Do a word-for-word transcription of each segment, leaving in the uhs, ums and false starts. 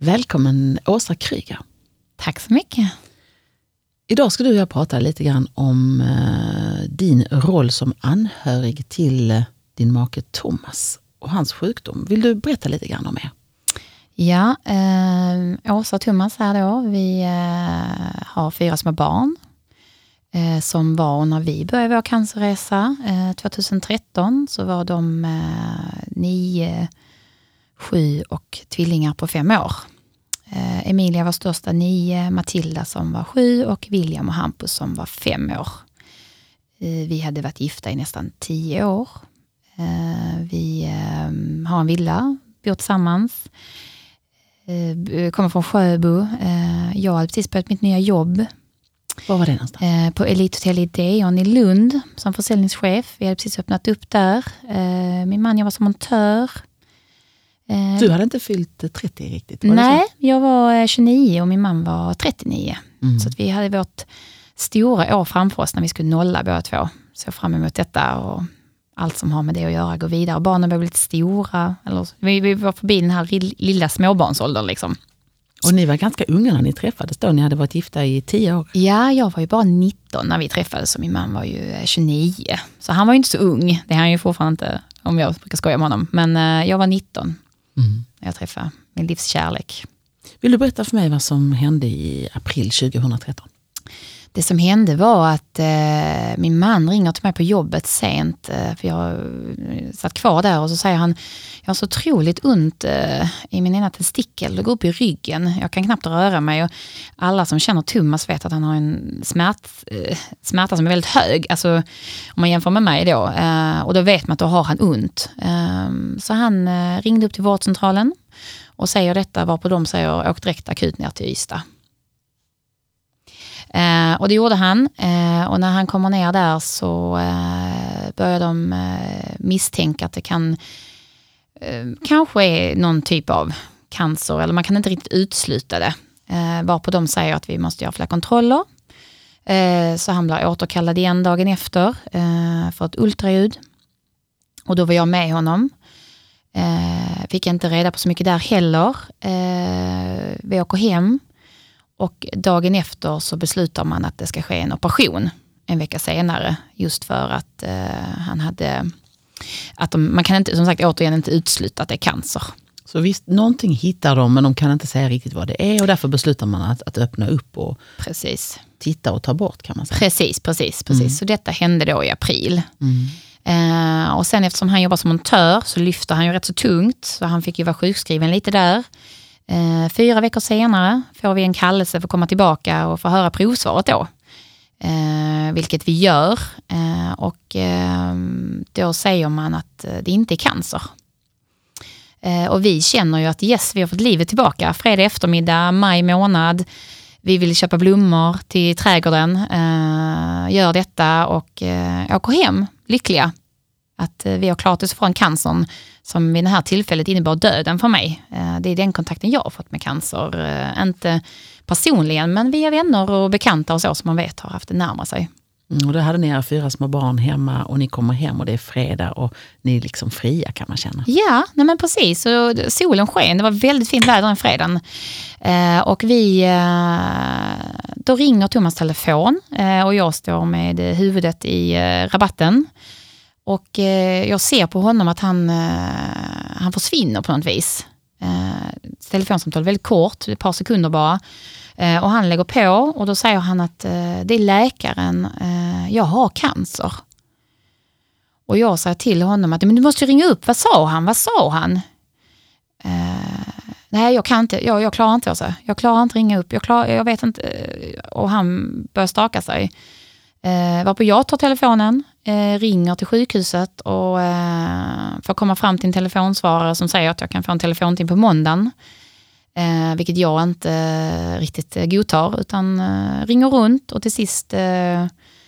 Välkommen Åsa Kryger. Tack så mycket. Idag ska du och jag prata lite grann om eh, din roll som anhörig till eh, din make Thomas och hans sjukdom. Vill du berätta lite grann om er? Ja, eh, Åsa och Thomas här då. Vi eh, har fyra små barn eh, som var när vi började vår cancerresa. Eh, tjugohundratretton så var de eh, nio, sju och tvillingar på fem år. Eh, Emilia var största nio, Matilda som var sju och William och Hampus som var fem år. Eh, vi hade varit gifta i nästan tio år. Eh, vi eh, har en villa, bor tillsammans. Eh, kommer från Sjöbo. Eh, jag hade precis börjat mitt nya jobb. Var var det någonstans? Eh, på Elite Hotel Ideon i Lund som försäljningschef. Vi hade precis öppnat upp där. Eh, min man, jag var som montör. Eh, du hade inte fyllt trettio riktigt? Var nej, jag var tjugonio och min man var trettionio. Mm. Så att vi hade vårt stora år framför oss när vi skulle nolla båda två. Så fram emot detta och allt som har med det att göra går vidare. Barnen blev lite stora. Eller, vi, vi var förbi den här lilla småbarnsåldern liksom. Och ni var ganska unga när ni träffades då. Ni hade varit gifta i tio år. Ja, jag var ju bara nitton när vi träffades och min man var ju tjugonio. Så han var ju inte så ung. Det är han ju fortfarande inte, om jag brukar skoja med honom. Men uh, jag var nitton mm. när jag träffade min livs kärlek. Vill du berätta för mig vad som hände i april tjugohundratretton? Det som hände var att eh, min man ringer till mig på jobbet sent. Eh, för jag satt kvar där och så säger han, jag har så otroligt ont eh, i min ena testikel. Det går upp i ryggen. Jag kan knappt röra mig. Och alla som känner Thomas vet att han har en smärt, eh, smärta som är väldigt hög. Alltså om man jämför med mig då. Eh, och då vet man att då har han ont. Eh, så han eh, ringde upp till vårdcentralen och säger detta. Varpå de säger, åk direkt akut ner till Ystad. Eh, och det gjorde han. Eh, och när han kommer ner där så eh, börjar de eh, misstänka att det kan eh, kanske är någon typ av cancer. Eller man kan inte riktigt utesluta det. Eh, varpå de säger att vi måste göra fler kontroller. Eh, så han blir återkallad igen dagen efter eh, för ett ultraljud. Och då var jag med honom. Eh, fick inte reda på så mycket där heller. Eh, vi åker hem. Och dagen efter så beslutar man att det ska ske en operation en vecka senare. Just för att eh, han hade... Att de, man kan inte, som sagt, återigen inte utesluta att det är cancer. Så visst, någonting hittar de men de kan inte säga riktigt vad det är. Och därför beslutar man att, att öppna upp och precis. Titta och ta bort, kan man säga. Precis, precis, precis. Mm. Så detta hände då i april. Mm. Eh, och sen eftersom han jobbar som montör så lyfter han ju rätt så tungt. Så han fick ju vara sjukskriven lite där. Eh, fyra veckor senare får vi en kallelse för att komma tillbaka och få höra provsvaret då. Eh, vilket vi gör. Eh, och eh, då säger man att det inte är cancer. Eh, och vi känner ju att yes, vi har fått livet tillbaka. Fredag eftermiddag, maj månad. Vi vill köpa blommor till trädgården. Eh, gör detta och eh, åker hem lyckliga. Att eh, vi har klarat oss från cancern som vid det här tillfället innebar döden för mig. Eh, det är den kontakten jag har fått med cancer. Eh, inte personligen, men via vänner och bekanta och så som man vet har haft det närma sig. Mm, och då hade ni era fyra små barn hemma och ni kommer hem och det är fredag och ni är liksom fria, kan man känna. Ja, nej men precis. Och solen sken, det var väldigt fint väder en fredag. Eh, och vi, eh, då ringer Thomas telefon eh, och jag står med huvudet i eh, rabatten. Och eh, jag ser på honom att han, eh, han försvinner på något vis. Eh, telefonsamtal väldigt kort, ett par sekunder bara. Eh, och han lägger på och då säger han att eh, det är läkaren, eh, jag har cancer. Och jag säger till honom att men du måste ringa upp, vad sa han, vad sa han? Eh, nej, jag kan inte, jag, jag klarar inte alltså. Jag klarar inte ringa upp, jag, klar, jag vet inte. Och han börjar staka sig. Eh, varpå jag tar telefonen, eh, ringer till sjukhuset och eh, får komma fram till en telefonsvarare som säger att jag kan få en telefontid på måndagen. Eh, vilket jag inte eh, riktigt eh, godtar utan eh, ringer runt och till sist eh,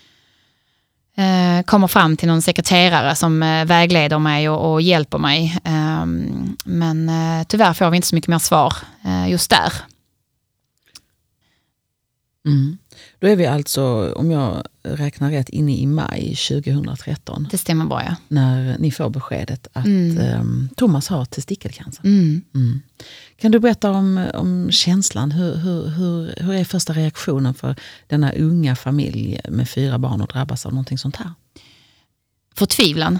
eh, kommer fram till någon sekreterare som eh, vägleder mig och, och hjälper mig. Eh, men eh, tyvärr får vi inte så mycket mer svar eh, just där. Mm. Då är vi alltså, om jag räknar rätt, inne i maj tjugohundratretton. Det stämmer bra, ja. När ni får beskedet att mm. um, Thomas har testikelcancer. Mm. Mm. Kan du berätta om, om känslan? Hur, hur, hur, hur är första reaktionen för denna unga familj med fyra barn och drabbas av någonting sånt här? Förtvivlan.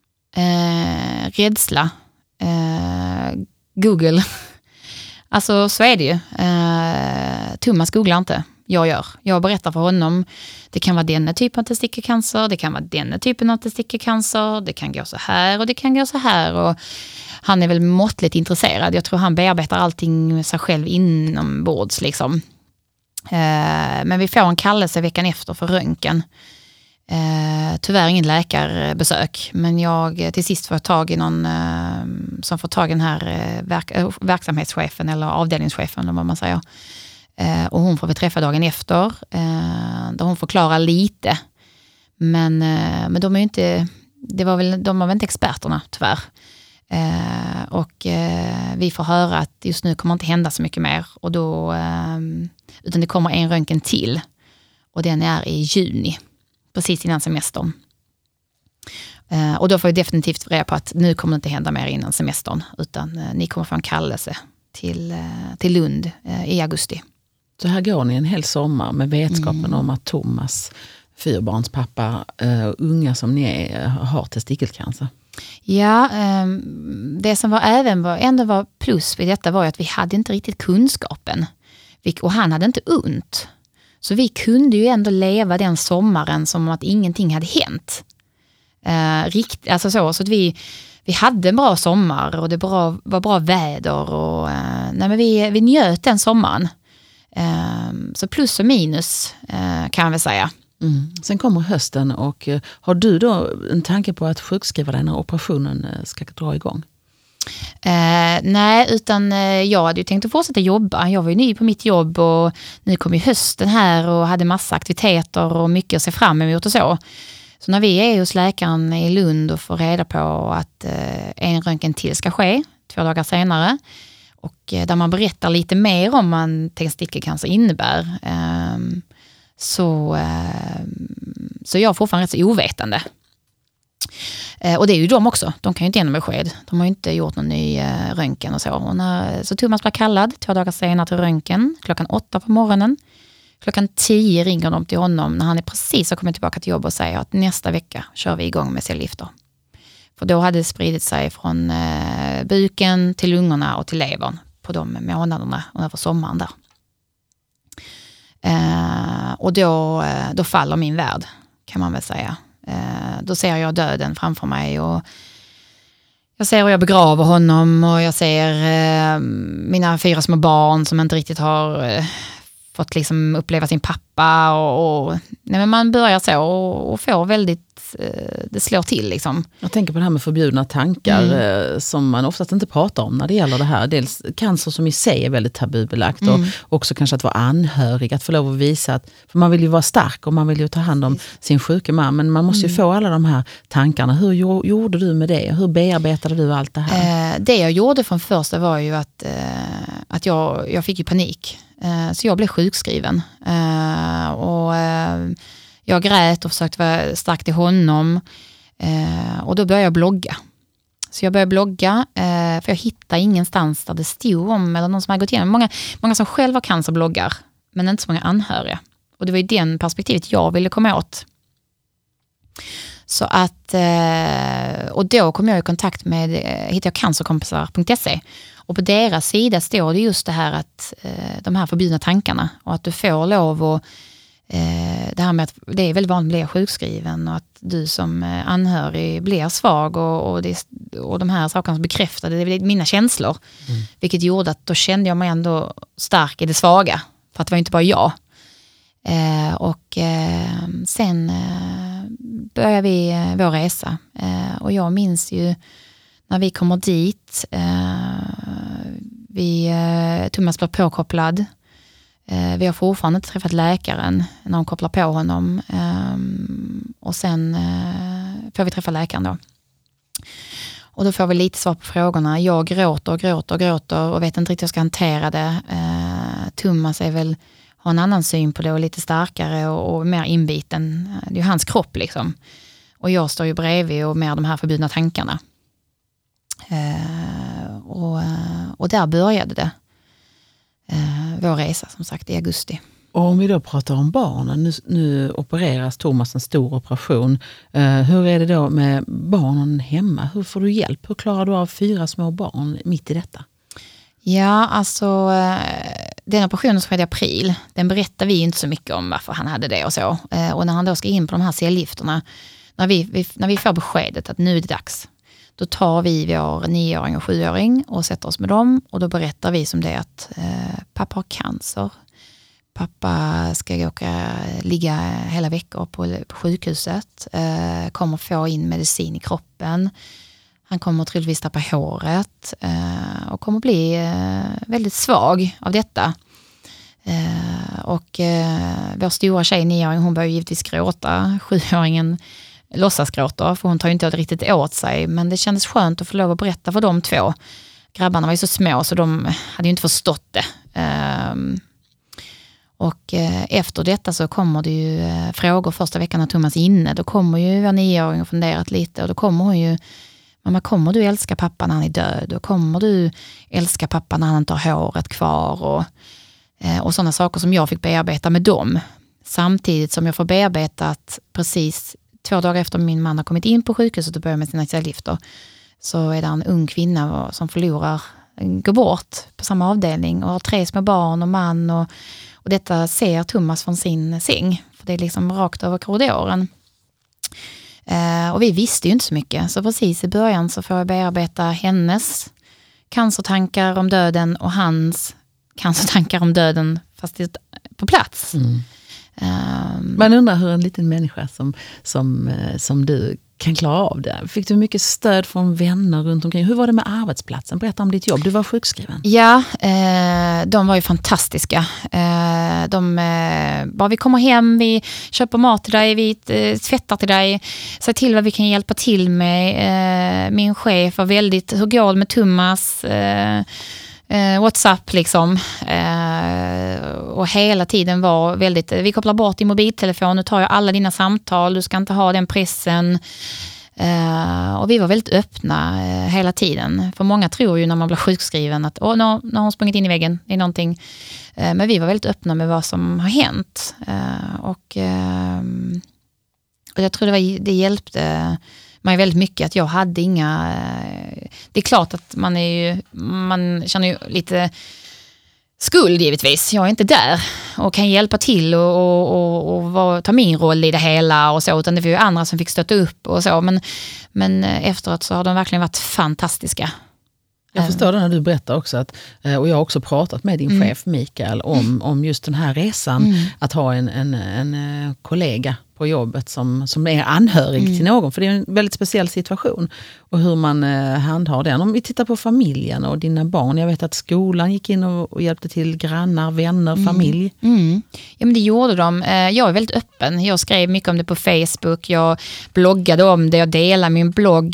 Eh, rädsla. Eh, Google. Alltså så är det ju. Eh, Thomas googlar inte. Jag gör. Jag berättar för honom. Det kan vara denna typen av testikelcancer. Det kan vara denna typen av testikelcancer. Det kan gå så här och det kan gå så här. Och han är väl måttligt intresserad. Jag tror han bearbetar allting med sig själv inombords liksom. Eh, men vi får en kallelse veckan efter för röntgen. Eh, tyvärr ingen läkarbesök, men jag till sist får tag i någon eh, som får tag i den här eh, verk, eh, verksamhetschefen eller avdelningschefen eller vad man säger. Eh, och hon får vi träffa dagen efter eh, där hon förklarar lite. Men, eh, men de är ju inte, det var väl, de var väl inte experterna tyvärr. Eh, och eh, vi får höra att just nu kommer inte hända så mycket mer och då, eh, utan det kommer en röntgen till och den är i juni. Precis innan semestern. Eh, och då får vi definitivt reda på att nu kommer det inte hända mer innan semestern. Utan eh, ni kommer få en kallelse till, eh, till Lund eh, i augusti. Så här går ni en hel sommar med vetskapen mm. om att Thomas, fyrbarnspappa, eh, unga som ni är, har testikelcancer. Ja, eh, det som var även var, ändå var plus vid detta var att vi hade inte riktigt kunskapen. Vi, och han hade inte ont. Så vi kunde ju ändå leva den sommaren som att ingenting hade hänt. Eh, rikt, alltså så, så att vi, vi hade en bra sommar och det bra, var bra väder. Och, eh, nej men vi, vi njöt den sommaren. Eh, så plus och minus eh, kan man väl säga. Mm. Sen kommer hösten och eh, har du då en tanke på att sjukskriva dig när operationen eh, ska dra igång? Eh, nej, utan eh, jag hade ju tänkt att fortsätta jobba. Jag var ju ny på mitt jobb och nu kom ju hösten här och hade massa aktiviteter och mycket att se fram emot och så. Så när vi är hos läkaren i Lund och får reda på att eh, en röntgen till ska ske två dagar senare och eh, där man berättar lite mer om vad testikelcancer innebär eh, så, eh, så jag är fortfarande rätt så ovetande. Och det är ju de också. De kan ju inte ge någon besked. De har ju inte gjort någon ny eh, röntgen och så. Och när, så Thomas blir kallad två dagar senare till röntgen. Klockan åtta på morgonen. Klockan tio ringer de till honom när han är precis har kommit tillbaka till jobb och säger att nästa vecka kör vi igång med cellgifter. För då hade det spridit sig från eh, buken till lungorna och till levern på de månaderna och över sommaren där. Eh, och då, då faller min värld kan man väl säga. Eh, då ser jag döden framför mig och jag ser hur jag begraver honom och jag ser eh, mina fyra små barn som inte riktigt har eh, fått liksom uppleva sin pappa och, och nej, men man börjar så och, och får väldigt eh, det slår till liksom. Jag tänker på det här med förbjudna tankar mm. eh, som man oftast inte pratar om när det gäller det här. Dels cancer som i sig är väldigt tabubelagt mm. och också kanske att vara anhörig, att få lov att visa att, för man vill ju vara stark och man vill ju ta hand om sin sjuka man, men man måste ju mm. få alla de här tankarna. Hur gjorde du med det? Hur bearbetade du allt det här? Eh, det jag gjorde från första var ju att, eh, att jag, jag fick ju panik. Eh, så jag blev sjukskriven. Eh, och eh, jag grät och försökte vara stark till honom. Eh, och då började jag blogga. Så jag började blogga. Eh, för jag hittade ingenstans där det stod om eller någon som hade gått igenom. Många, många som själv har cancer bloggar. Men inte så många anhöriga. Och det var ju den perspektivet jag ville komma åt. Så att, eh, och då kom jag i kontakt med, hittade jag cancerkompisar punkt se. Och på deras sida står det just det här att eh, de här förbjudna tankarna. Och att du får lov och eh, det här med att det är väldigt vanligt att bli sjukskriven. Och att du som anhörig blir svag. Och, och, det, och de här sakerna som bekräftade det är mina känslor. Mm. Vilket gjorde att då kände jag mig ändå stark i det svaga. För att det var inte bara jag. Eh, och eh, sen eh, började vi eh, vår resa. Eh, och jag minns ju när vi kommer dit, eh, vi, eh, Thomas blir påkopplad. Eh, vi har fortfarande inte träffat läkaren när de kopplar på honom. Eh, och sen eh, får vi träffa läkaren då. Och då får vi lite svar på frågorna. Jag gråter och gråter och gråter och vet inte riktigt hur jag ska hantera det. Eh, Thomas är väl, har en annan syn på det och lite starkare och, och mer inbiten. Det är ju hans kropp liksom. Och jag står ju bredvid och med de här förbjudna tankarna. Eh, och, och där började det. Eh, vår resa som sagt i augusti. Och om vi då pratar om barnen, nu, nu opereras Thomas en stor operation. Eh, hur är det då med barnen hemma? Hur får du hjälp? Hur klarar du av fyra små barn mitt i detta? Ja, alltså den operationen som skedde i april, den berättar vi inte så mycket om varför han hade det och så. Eh, och när han då ska in på de här cellgifterna, när vi, vi, när vi får beskedet att nu är det dags, då tar vi vår nioåring och sjuåring och sätter oss med dem och då berättar vi som det att eh, pappa har cancer. Pappa ska åka, ligga hela veckor på, på sjukhuset. Eh, kommer få in medicin i kroppen. Han kommer troligtvis tappa håret. Eh, och kommer bli eh, väldigt svag av detta. Eh, och eh, vår stora tjej, nioåring, hon börjar givetvis gråta. Sjuåringen låtsas gråta för hon tar ju inte riktigt åt sig. Men det kändes skönt att få lov att berätta för de två. Grabbarna var ju så små så de hade ju inte förstått det. Eh, Och eh, efter detta så kommer det ju eh, frågor första veckan när Thomas är inne. Då kommer ju vår nioåring och funderat lite. Och då kommer hon ju, mamma, kommer du älska pappa när han är död? Och kommer du älska pappa när han inte har håret kvar? Och, eh, och sådana saker som jag fick bearbeta med dem. Samtidigt som jag får bearbetat precis två dagar efter min man har kommit in på sjukhuset och börjar med sina cellgifter. Så är det en ung kvinna som förlorar, går bort på samma avdelning och har tre små barn och man och Och detta ser Thomas från sin säng. För det är liksom rakt över korridoren. Eh, och vi visste ju inte så mycket. Så precis i början så får jag bearbeta hennes cancertankar om döden. Och hans cancertankar om döden fast på plats. Mm. Um, Man undrar hur en liten människa som, som, som du kan klara av det. Fick du mycket stöd från vänner runt omkring? Hur var det med arbetsplatsen? Berätta om ditt jobb. Du var sjukskriven. Ja, eh, de var ju fantastiska. Eh, de, eh, bara vi kommer hem, vi köper mat till dig, vi eh, tvättar till dig. Säg till vad vi kan hjälpa till med. Eh, min chef var väldigt, hur går det med Thomas? Eh, eh, WhatsApp liksom. Eh, och hela tiden var väldigt, vi kopplar bort din mobiltelefon, nu tar jag alla dina samtal, du ska inte ha den pressen. Uh, och vi var väldigt öppna uh, hela tiden. För många tror ju när man blir sjukskriven att åh, nu, nu har hon sprungit in i väggen, det är någonting. Uh, men vi var väldigt öppna med vad som har hänt. Uh, och, uh, och jag tror det, var, det hjälpte mig väldigt mycket att jag hade inga... Uh, det är klart att man är ju, man känner ju lite skuld givetvis. Jag är inte där och kan hjälpa till och, och, och, och var, ta min roll i det hela och så, utan det var ju andra som fick stötta upp och så, men, men efteråt så har de verkligen varit fantastiska. Jag förstår det när du berättar också att, och jag har också pratat med din mm. chef Mikael om, om just den här resan, mm. att ha en, en, en kollega på jobbet som, som är anhörig mm. till någon, för det är en väldigt speciell situation och hur man eh, handhar den. Om vi tittar på familjen och dina barn, jag vet att skolan gick in och, och hjälpte till grannar, vänner, mm. familj. Mm. Ja, men det gjorde de. Jag är väldigt öppen. Jag skrev mycket om det på Facebook, jag bloggade om det, jag delade min blogg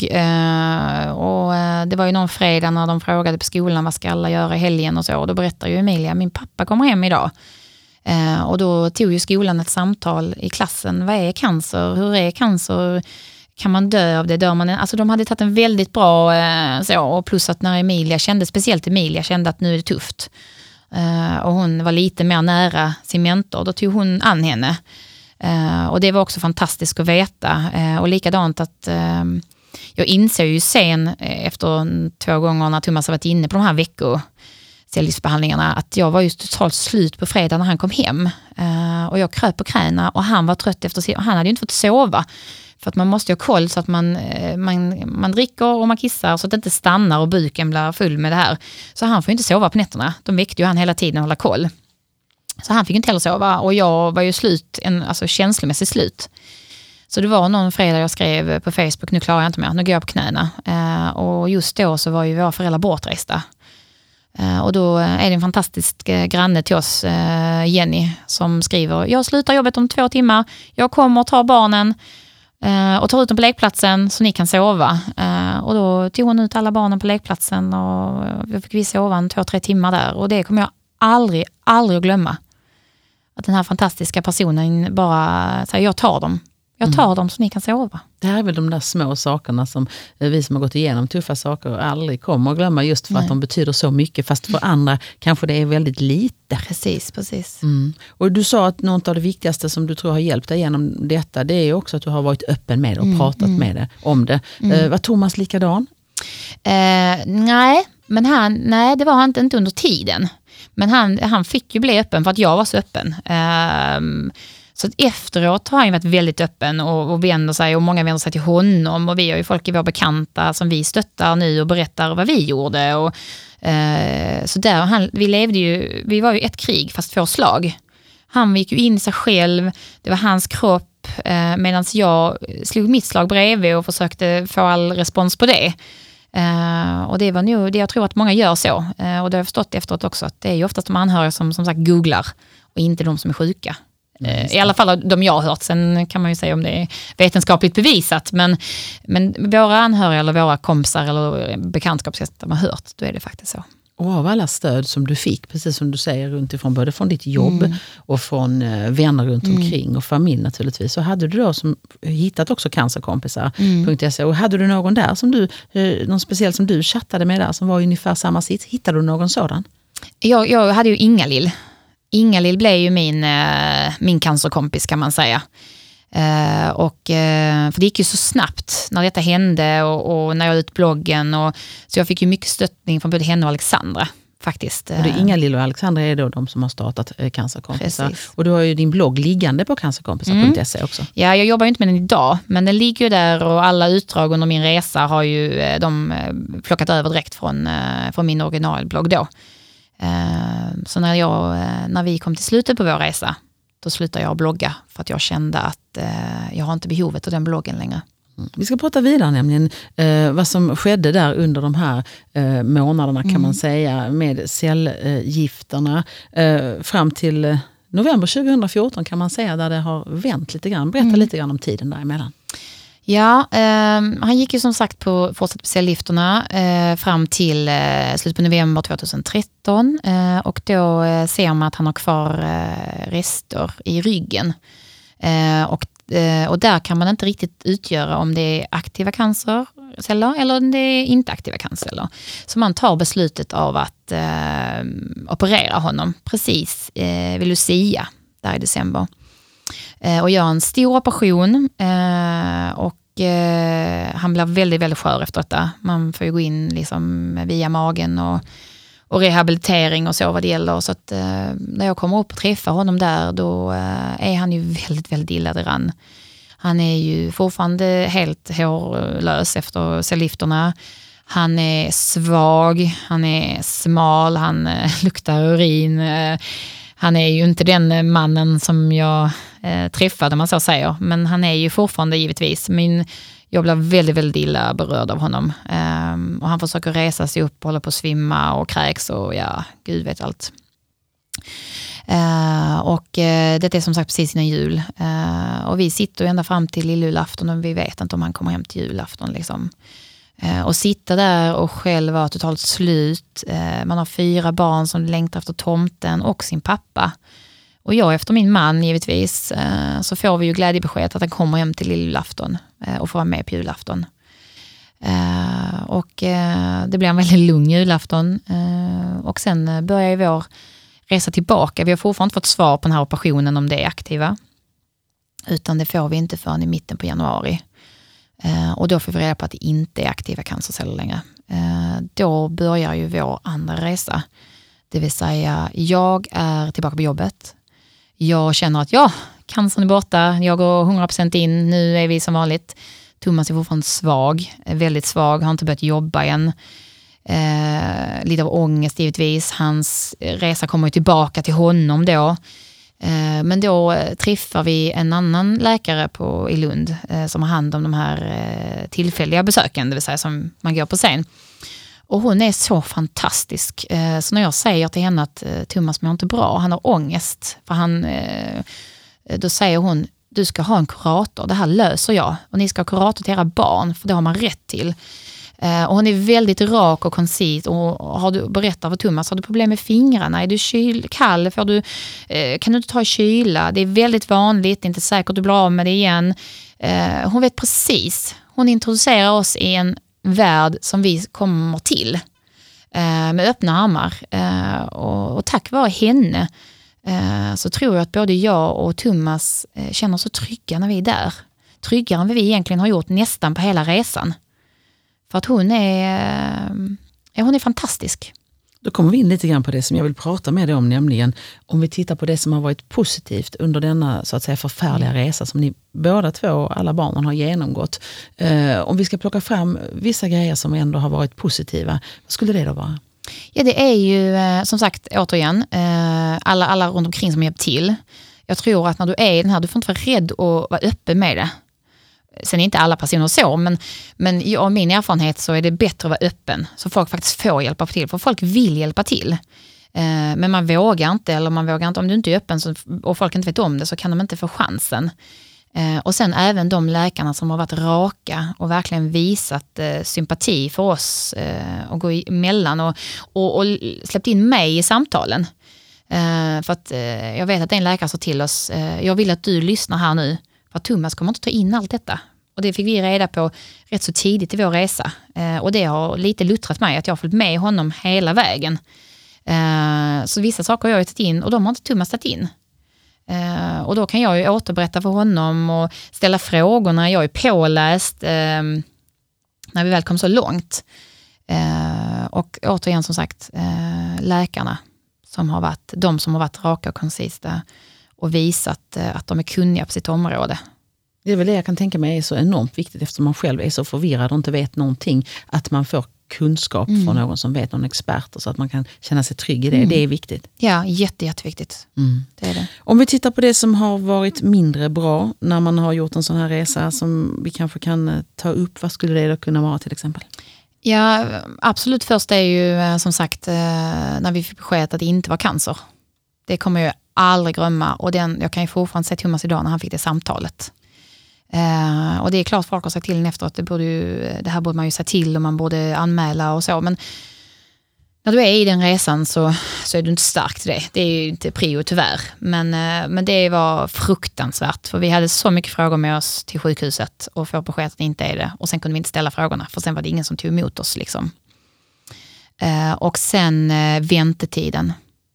och det var ju någon fredag när de frågade på skolan vad ska alla göra i helgen och så, och då berättar ju Emilia, min pappa kommer hem idag. Uh, och då tog ju skolan ett samtal i klassen. Vad är cancer? Hur är cancer? Kan man dö av det? Dör man? Alltså de hade tagit en väldigt bra uh, så, och plus att när Emilia kände, speciellt Emilia kände att nu är det tufft. Uh, och hon var lite mer nära sin mentor. Då tog hon an henne. Uh, och det var också fantastiskt att veta. Uh, och likadant att uh, jag inser ju sen efter två gånger när Thomas har varit inne på de här veckor cellgiftsbehandlingarna att jag var just totalt slut på fredag när han kom hem. Uh, och jag kröp på knäna och han var trött efter, och han hade ju inte fått sova. För att man måste ju ha koll så att man, uh, man, man dricker och man kissar så att det inte stannar och buken blir full med det här. Så han får ju inte sova på nätterna. De väckte ju han hela tiden och hålla koll. Så han fick inte heller sova och jag var ju slut, en, alltså känslomässigt slut. Så det var någon fredag jag skrev på Facebook, nu klarar jag inte mer, nu går jag på knäna. Uh, och just då så var ju våra föräldrar bortresta. Uh, och då är det en fantastisk uh, granne till oss, uh, Jenny, som skriver, jag slutar jobbet om två timmar, jag kommer och tar barnen uh, och tar ut dem på lekplatsen så ni kan sova. Uh, och då tog hon ut alla barnen på lekplatsen och uh, fick vi sova en två, tre timmar där. Och det kommer jag aldrig, aldrig att glömma. Att den här fantastiska personen bara säger, jag tar dem. Jag tar mm. dem så ni kan sova. Det här är väl de där små sakerna som vi som har gått igenom tuffa saker aldrig kommer att glömma, just för Nej. Att de betyder så mycket. Fast för andra kanske det är väldigt lite. Precis, precis. Mm. Och du sa att något av det viktigaste som du tror har hjälpt dig genom detta, det är också att du har varit öppen med det och mm, pratat mm. med det om det. Mm. Eh, var Thomas likadan? Eh, nej, men han, nej, det var han inte, inte under tiden. Men han, han fick ju bli öppen för att jag var så öppen. Eh, Så efteråt har han varit väldigt öppen och, och vänder sig, och många vänder sig till honom, och vi har ju folk i våra bekanta som vi stöttar nu och berättar vad vi gjorde. Och, eh, så där, han, vi levde ju, vi var ju ett krig fast två slag. Han gick ju in i sig själv, det var hans kropp, eh, medan jag slog mitt slag bredvid och försökte få all respons på det. Uh, och det var nog det jag tror att många gör så. Uh, och det har jag förstått efteråt också, att det är ju oftast de anhöriga som som sagt googlar och inte de som är sjuka. Uh, I alla fall de jag har hört. Sen kan man ju säga om det är vetenskapligt bevisat. Men, men våra anhöriga eller våra kompisar eller bekantskapsgäster de har hört, då är det faktiskt så. Och av alla stöd som du fick, precis som du säger, runt ifrån, både från ditt jobb mm. och från eh, vänner runt mm. omkring och familj naturligtvis, så hade du då som hittat också cancerkompisar punkt se mm. och hade du någon där som du, eh, någon speciell som du chattade med där som var ungefär samma sitt, hittade du någon sådan? Jag, jag hade ju Inga-Lill. Inga-Lill blev ju min, eh, min cancerkompis kan man säga. Uh, och, uh, för det gick ju så snabbt när detta hände och, och när jag la ut bloggen, och, så jag fick ju mycket stöttning från både henne och Alexandra faktiskt. Och det är Inga-Lill och Alexandra är då de som har startat eh, Cancerkompisar. Precis. Och du har ju din blogg liggande på cancerkompisar punkt se också. Ja, jag jobbar ju inte med den idag, men den ligger ju där, och alla utdrag under min resa har ju eh, de plockat över direkt från, eh, från min originalblogg då. Uh, så när, jag, eh, när vi kom till slutet på vår resa, då slutade jag blogga för att jag kände att eh, jag har inte behovet av den bloggen längre. Mm. Vi ska prata vidare nämligen eh, vad som skedde där under de här eh, månaderna kan mm. man säga med cellgifterna eh, fram till eh, november tjugohundrafjorton kan man säga, där det har vänt lite grann. Berätta mm. lite grann om tiden däremellan. Ja, eh, han gick ju som sagt på fortsatt på cellgifterna eh, fram till eh, slutet på november tjugohundratretton eh, och då eh, ser man att han har kvar eh, rester i ryggen. Eh, och, eh, och där kan man inte riktigt utgöra om det är aktiva cancerceller eller om det är inte aktiva cancerceller. Så man tar beslutet av att eh, operera honom precis eh, vid Lucia där i december. Och gör en stor operation eh, och eh, han blir väldigt, väldigt skör efter detta. Man får ju gå in liksom via magen och, och rehabilitering och så vad det gäller. Så att eh, när jag kommer upp och träffar honom där, då eh, är han ju väldigt, väldigt illa däran. Han är ju fortfarande helt hårlös efter cellgifterna. Han är svag, han är smal, han eh, luktar urin. Eh, Han är ju inte den mannen som jag eh, träffade, man så säger. Men han är ju fortfarande givetvis. Men jag blev väldigt, väldigt illa berörd av honom. Um, och han försöker resa sig upp och håller på att svimma och kräks och ja, gud vet allt. Uh, och uh, det är som sagt precis innan jul. Uh, och vi sitter ända fram till lilljulafton och vi vet inte om han kommer hem till julafton liksom. Och sitta där och själv vara totalt slut. Man har fyra barn som längtar efter tomten och sin pappa. Och jag efter min man givetvis. Så får vi ju glädjebesked att han kommer hem till lillafton och får vara med på julafton. Och det blir en väldigt lugn julafton. Och sen börjar ju vår resa tillbaka. Vi har fortfarande inte fått svar på den här operationen om det är aktiva. Utan det får vi inte förrän i mitten på januari. Uh, och då får vi reda på att det inte är aktiva cancerceller längre. Uh, då börjar ju vår andra resa. Det vill säga, jag är tillbaka på jobbet. Jag känner att ja, cancern är borta. Jag går hundra procent in. Nu är vi som vanligt. Thomas är fortfarande svag. Väldigt svag. Har inte börjat jobba än. Uh, lite av ångest givetvis. Hans resa kommer ju tillbaka till honom då. Men då träffar vi en annan läkare på, i Lund som har hand om de här tillfälliga besöken, det vill säga som man går på scen. Och hon är så fantastisk. Så när jag säger till henne att Thomas mår inte bra, han har ångest. För han, då säger hon, du ska ha en kurator, det här löser jag. Och ni ska ha kurator till era barn, för det har man rätt till. Eh, och hon är väldigt rak och koncis. Och har du berättat för Thomas, har du problem med fingrarna? Är du kyl, kall? Får du, eh, kan du inte ta i kyla? Det är väldigt vanligt, det är inte säkert att du blir av med det igen. Eh, hon vet precis. Hon introducerar oss i en värld som vi kommer till. Eh, med öppna armar. Eh, och, och tack vare henne eh, så tror jag att både jag och Thomas eh, känner oss så trygga när vi är där. Tryggare än vad vi egentligen har gjort nästan på hela resan. För att hon är, ja, hon är fantastisk. Då kommer vi in lite grann på det som jag vill prata med dig om, nämligen om vi tittar på det som har varit positivt under denna så att säga förfärliga mm. resa som ni båda två och alla barnen har genomgått. Eh, om vi ska plocka fram vissa grejer som ändå har varit positiva, vad skulle det då vara? Ja, det är ju som sagt återigen alla, alla runt omkring som hjälpt till. Jag tror att när du är i den här, du får inte vara rädd och vara öppen med det. Sen är inte alla personer så, men, men av min erfarenhet så är det bättre att vara öppen. Så folk faktiskt får hjälpa till, för folk vill hjälpa till. Eh, men man vågar inte, eller man vågar inte, om du inte är öppen så, och folk inte vet om det, så kan de inte få chansen. Eh, och sen även de läkarna som har varit raka och verkligen visat eh, sympati för oss eh, och gå emellan och, och, och släppt in mig i samtalen. Eh, för att eh, jag vet att en läkare sa till oss, eh, jag vill att du lyssnar här nu. För Thomas kommer inte ta in allt detta. Och det fick vi reda på rätt så tidigt i vår resa. Eh, och det har lite luttrat mig att jag har följt med honom hela vägen. Eh, så vissa saker har jag tagit in och de har inte Thomas tagit in. Eh, och då kan jag ju återberätta för honom och ställa frågor när jag är påläst. Eh, när vi väl kom så långt. Eh, och återigen som sagt, eh, läkarna som har varit, de som har varit raka och koncisa och visat att de är kunniga på sitt område. Det är väl det jag kan tänka mig är så enormt viktigt, eftersom man själv är så förvirrad och inte vet någonting, att man får kunskap mm. från någon som vet, någon expert, och så att man kan känna sig trygg i det. Mm. Det är viktigt. Ja, jätte, jätteviktigt. Mm. Det är det. Om vi tittar på det som har varit mindre bra när man har gjort en sån här resa som vi kanske kan ta upp, vad skulle det då kunna vara till exempel? Ja, absolut först är ju som sagt när vi fick besked att det inte var cancer. Det kommer ju aldrig glömma, och den, jag kan ju fortfarande se Thomas idag när han fick det samtalet. Eh, och det är klart folk har sagt till efter att det, borde ju, det här borde man ju säga till och man borde anmäla och så, men när du är i den resan så, så är du inte stark till det. Det är ju inte prio tyvärr, men, eh, men det var fruktansvärt, för vi hade så mycket frågor med oss till sjukhuset och får besked att det inte är det, och sen kunde vi inte ställa frågorna, för sen var det ingen som tog emot oss liksom. Eh, och sen eh, väntetiden.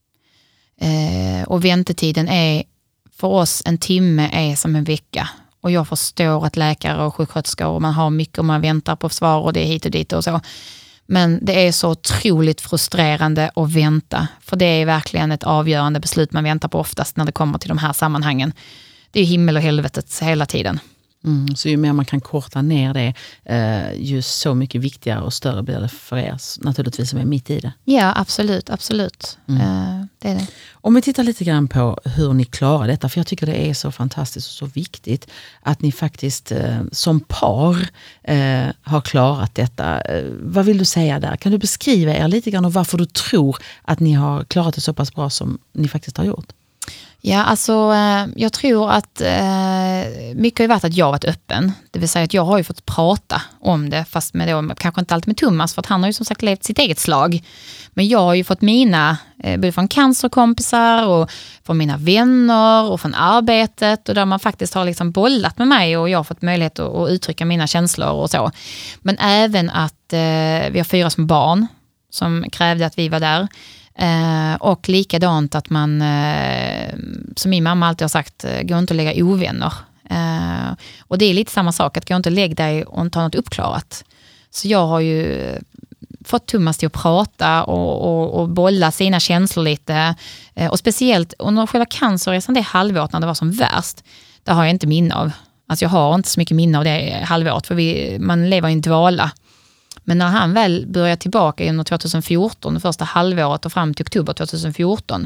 Eh, och väntetiden är för oss, en timme är som en vecka, och jag förstår att läkare och sjuksköterskor och man har mycket och man väntar på svar och det är hit och dit och så, men det är så otroligt frustrerande att vänta, för det är verkligen ett avgörande beslut man väntar på oftast när det kommer till de här sammanhangen. Det är himmel och helvetet hela tiden. Mm, så ju mer man kan korta ner det, eh, ju så mycket viktigare och större blir det för er naturligtvis som är mitt i det. Ja, absolut, absolut. Mm. Eh, det är det. Om vi tittar lite grann på hur ni klarar detta, för jag tycker det är så fantastiskt och så viktigt att ni faktiskt eh, som par eh, har klarat detta. Eh, vad vill du säga där? Kan du beskriva er lite grann och varför du tror att ni har klarat det så pass bra som ni faktiskt har gjort? Ja, alltså jag tror att eh, mycket har varit att jag har varit öppen. Det vill säga att jag har ju fått prata om det, fast med då, kanske inte alltid med Thomas, för att han har ju som sagt levt sitt eget slag. Men jag har ju fått mina, eh, både från cancerkompisar och från mina vänner och från arbetet, och där man faktiskt har liksom bollat med mig och jag har fått möjlighet att, att uttrycka mina känslor och så. Men även att eh, vi har fyra som barn som krävde att vi var där. Eh, och likadant att man, eh, som min mamma alltid har sagt, gå inte och lägga ovänner. Eh, och det är lite samma sak, att gå inte och lägga dig och inte ha något uppklarat. Så jag har ju fått Thomas till att prata och, och, och bolla sina känslor lite. Eh, och speciellt under själva cancerresan, det halvåret när det var som värst, det har jag inte minne av. Alltså jag har inte så mycket minne av det halvåret, för vi, man lever i en dvala. Men när han väl började tillbaka under tjugohundrafjorton, det första halvåret och fram till oktober tjugohundrafjorton,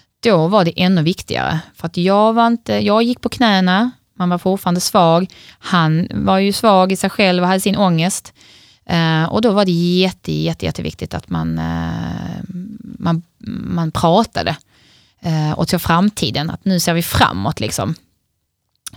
då var det ännu viktigare. För att jag var inte, jag gick på knäna, man var fortfarande svag. Han var ju svag i sig själv och hade sin ångest. Eh, och då var det jätte, jätte, jätteviktigt att man, eh, man, man pratade. Eh, och till framtiden, att nu ser vi framåt liksom.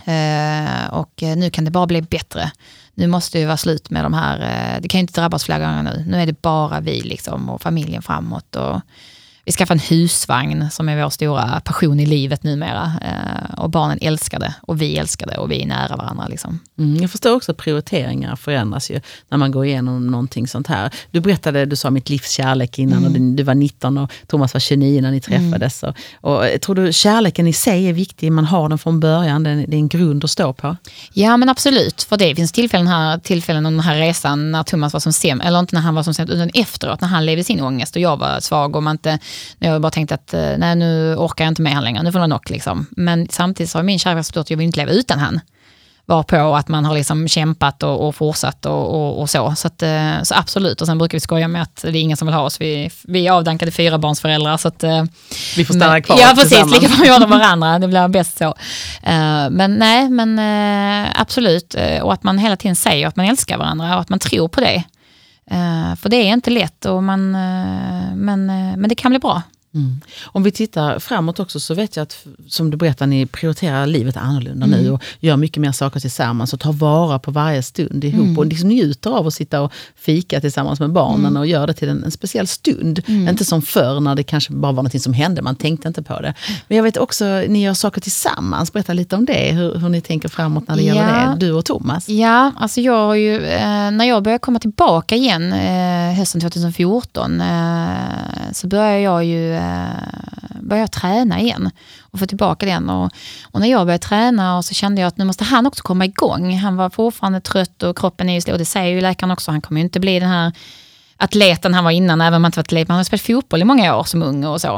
Eh, och nu kan det bara bli bättre. Nu måste det vara slut med de här, eh, det kan ju inte drabba oss flera gånger nu. Nu är det bara vi liksom och familjen framåt. Och vi skaffade en husvagn som är vår stora passion i livet numera. Eh, och barnen älskar det och vi älskar det och vi är nära varandra. Liksom. Mm, jag förstår också att prioriteringar förändras ju när man går igenom någonting sånt här. Du berättade, du sa mitt livs kärlek innan mm. och du, du var nitton och Thomas var tjugonio när ni träffades. Mm. Och, och tror du kärleken i sig är viktig, man har den från början, det är en grund att stå på? Ja men absolut, för det finns tillfällen här, tillfällen om den här resan när Thomas var som sämst, eller inte när han var som sämst, utan efteråt när han levde sin ångest och jag var svag och man inte, jag bara tänkte att nej nu orkar jag inte med han längre, nu får det nog liksom. Men samtidigt så har min kärlek förstått att jag vill inte leva utan han. Var på att man har liksom kämpat och, och fortsatt och, och, och så. Så, att, så absolut. Och sen brukar vi skoja med att det är ingen som vill ha oss. Vi, vi är avdankade fyra barnsföräldrar. Så att, vi får stanna kvar. Ja, precis. Lika får vi göra varandra. Det blir bäst så. Men nej, men absolut. Och att man hela tiden säger att man älskar varandra och att man tror på det. För det är inte lätt. Och man, men, men det kan bli bra. Mm. Om vi tittar framåt också så vet jag att, som du berättar, ni prioriterar livet annorlunda mm. nu och gör mycket mer saker tillsammans och tar vara på varje stund ihop mm. och liksom njuter av att sitta och fika tillsammans med barnen mm. och göra det till en, en speciell stund. Mm. Inte som förr när det kanske bara var något som hände, man tänkte inte på det. Men jag vet också, ni gör saker tillsammans. Berätta lite om det, hur, hur ni tänker framåt när det ja. gäller det, du och Thomas. Ja, alltså jag har ju, eh, när jag började komma tillbaka igen eh, hösten tjugohundrafjorton eh, så började jag ju började jag träna igen och få tillbaka den och, och när jag började träna och så kände jag att nu måste han också komma igång. Han var fortfarande trött och kroppen är ju slå, och det säger ju läkaren också, han kommer ju inte bli den här atleten han var innan, även om han inte var atlet. Man har spelat fotboll i många år som ung och så.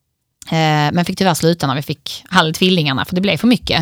Eh, men fick tyvärr sluta när vi fick halvtvillingarna för det blev för mycket.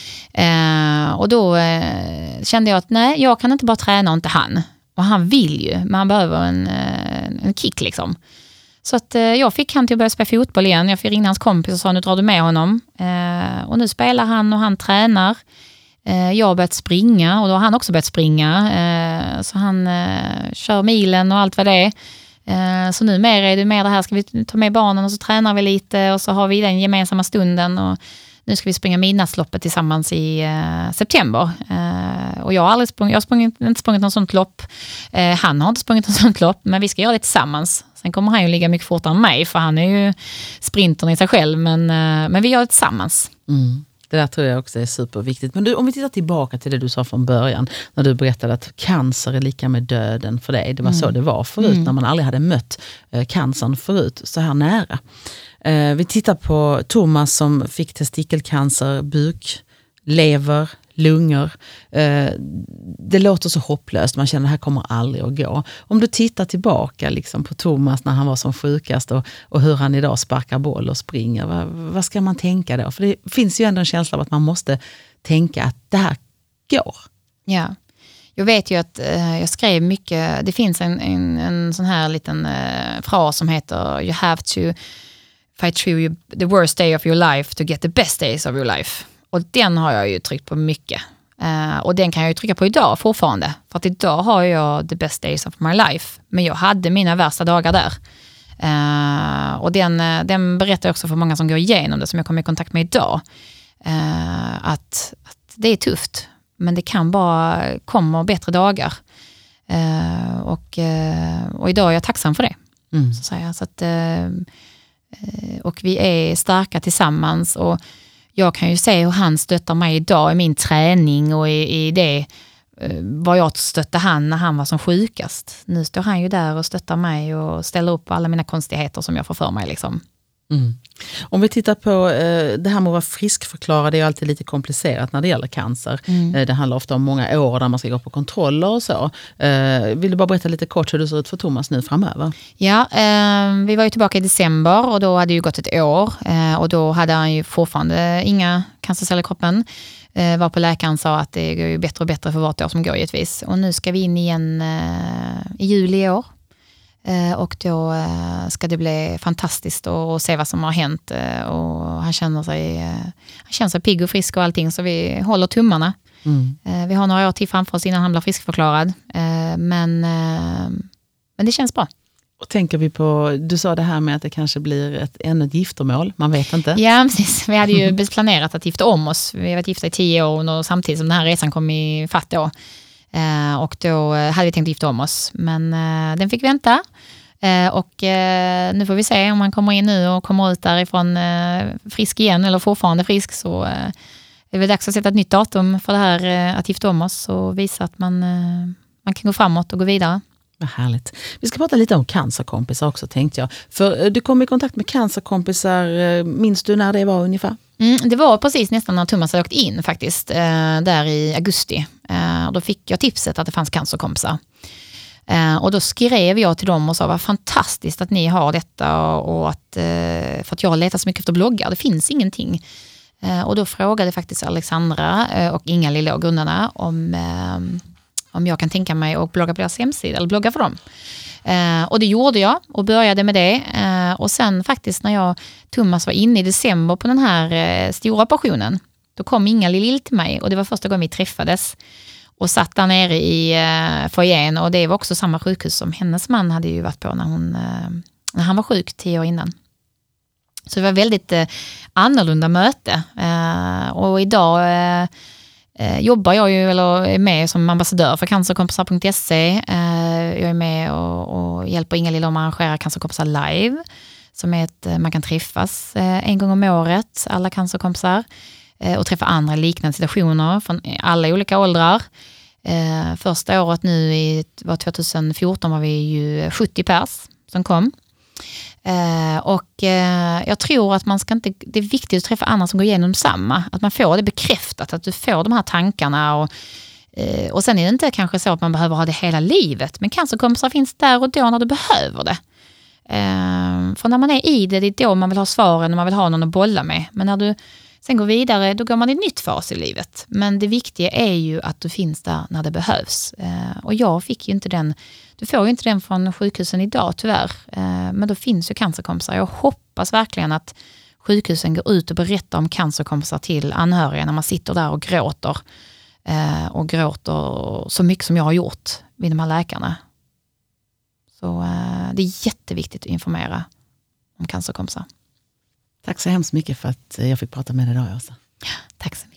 Eh, och då eh, kände jag att nej, jag kan inte bara träna och inte han. Och han vill ju, men han behöver en, en kick liksom. Så att eh, jag fick han till att börja spela fotboll igen. Jag fick ringa hans kompis och sa, nu drar du med honom. Eh, och nu spelar han och han tränar. Eh, jag har börjat springa och då har han också börjat springa. Eh, så han eh, kör milen och allt vad det är. Eh, så nu mer är det mer det här, ska vi ta med barnen och så tränar vi lite och så har vi den gemensamma stunden och nu ska vi springa midnattsloppet tillsammans i eh, september. Eh, och jag har aldrig sprungit, jag har sprungit, inte sprungit något sånt lopp. Eh, han har inte sprungit något sånt lopp, men vi ska göra det tillsammans. Sen kommer han ju ligga mycket fortare än mig, för han är ju sprintern i sig själv. Men, eh, men vi gör det tillsammans. Mm. Det där tror jag också är superviktigt. Men du, om vi tittar tillbaka till det du sa från början, när du berättade att cancer är lika med döden för dig. Det var mm. så det var förut, mm. när man aldrig hade mött eh, cancern förut, så här nära. Eh, vi tittar på Thomas som fick testikelcancer, buk, lever, lungor. Eh, det låter så hopplöst, man känner att det här kommer aldrig att gå. Om du tittar tillbaka liksom, på Thomas när han var som sjukast och, och hur han idag sparkar boll och springer, vad, vad ska man tänka då? För det finns ju ändå en känsla av att man måste tänka att det här går. Ja. Jag vet ju att eh, jag skrev mycket, det finns en, en, en sån här liten eh, fras som heter You have to fight through the worst day of your life to get the best days of your life. Och den har jag ju tryckt på mycket. Uh, och den kan jag ju trycka på idag fortfarande. För att idag har jag the best days of my life. Men jag hade mina värsta dagar där. Uh, och den, den berättar jag också för många som går igenom det, som jag kommer i kontakt med idag. Uh, att, att det är tufft. Men det kan bara komma bättre dagar. Uh, och, uh, och idag är jag tacksam för det. Mm. Så att säga. Så att, uh, och vi är starka tillsammans och jag kan ju se hur han stöttar mig idag i min träning och i, i det vad jag stötte han när han var som sjukast. Nu står han ju där och stöttar mig och ställer upp alla mina konstigheter som jag får för mig. Liksom. Mm. Om vi tittar på eh, det här med att vara friskförklarad, det är ju alltid lite komplicerat när det gäller cancer. Mm. Eh, det handlar ofta om många år där man ska gå på kontroller och så. Eh, vill du bara berätta lite kort hur det ser ut för Thomas nu framöver? Ja, eh, vi var ju tillbaka i december och då hade det ju gått ett år eh, och då hade han ju fortfarande inga cancerceller i kroppen. Eh, var på läkaren sa att det går ju bättre och bättre för vart år som går givetvis. Och nu ska vi in igen eh, i juli i år. Eh, och då eh, ska det bli fantastiskt att se vad som har hänt. Eh, och han känner sig eh, han känner sig pigg och frisk och allting, så vi håller tummarna. Mm. Eh, vi har några år till framför oss innan han blir friskförklarad. Eh, men, eh, men det känns bra. Och tänker vi på, du sa det här med att det kanske blir ett, ännu ett giftermål, man vet inte. Ja, precis. Vi hade ju planerat att gifta om oss. Vi har varit gifta i tio år och samtidigt som den här resan kom i fatt då. Eh, och då hade vi tänkt gifta om oss. Men eh, den fick vänta. Eh, och eh, nu får vi se om han kommer in nu och kommer ut därifrån eh, frisk igen eller fortfarande frisk, så eh, är det väl dags att sätta ett nytt datum för det här eh, att gifta om oss och visa att man, eh, man kan gå framåt och gå vidare. Vad härligt. Vi ska prata lite om cancerkompisar också, tänkte jag. För du kom i kontakt med cancerkompisar, minns du när det var ungefär? Mm, det var precis nästan när Thomas hade åkt in faktiskt, eh, där i augusti. Eh, då fick jag tipset att det fanns cancerkompisar. Eh, och då skrev jag till dem och sa, vad fantastiskt att ni har detta, och att, eh, för att jag letar så mycket efter bloggar, det finns ingenting. Eh, och då frågade faktiskt Alexandra eh, och Inga-Lill och grundarna om... Eh, om jag kan tänka mig att blogga på deras hemsida eller blogga för dem. Eh, och det gjorde jag och började med det. Eh, och sen faktiskt när jag, Thomas var inne i december på den här eh, stora operationen, då kom Inga-Lill till mig och det var första gången vi träffades och satt där nere i eh, foajén, och det var också samma sjukhus som hennes man hade ju varit på när, hon, eh, när han var sjuk tio år innan. Så det var väldigt eh, annorlunda möte. Eh, och idag... Eh, Eh, jobbar jag ju, eller är med som ambassadör för cancerkompisar punkt se. Eh, jag är med och, och hjälper Inga-Lill om att arrangera cancerkompisar live, som är ett, man kan träffas eh, en gång om året, alla cancerkompisar, eh, och träffa andra liknande situationer från alla olika åldrar. Eh, första året nu i, var tjugohundrafjorton var vi ju sjuttio pers som kom. Eh, och eh, jag tror att man ska inte, det är viktigt att träffa andra som går igenom samma, att man får det bekräftat, att du får de här tankarna, och, eh, och sen är det inte kanske så att man behöver ha det hela livet, men cancerkompisar finns där och då när du behöver det. Eh, för när man är i det, det är då man vill ha svaren och man vill ha någon att bolla med, men när du sen går vidare, då går man i ett nytt fas i livet. Men det viktiga är ju att du finns där när det behövs. Eh, och jag fick ju inte den, du får ju inte den från sjukhusen idag tyvärr. Eh, men då finns ju cancerkompisar. Jag hoppas verkligen att sjukhusen går ut och berättar om cancerkompisar till anhöriga när man sitter där och gråter. Eh, och gråter så mycket som jag har gjort vid de här läkarna. Så eh, det är jätteviktigt att informera om cancerkompisar. Tack så hemskt mycket för att jag fick prata med dig idag, Åsa. Tack så mycket.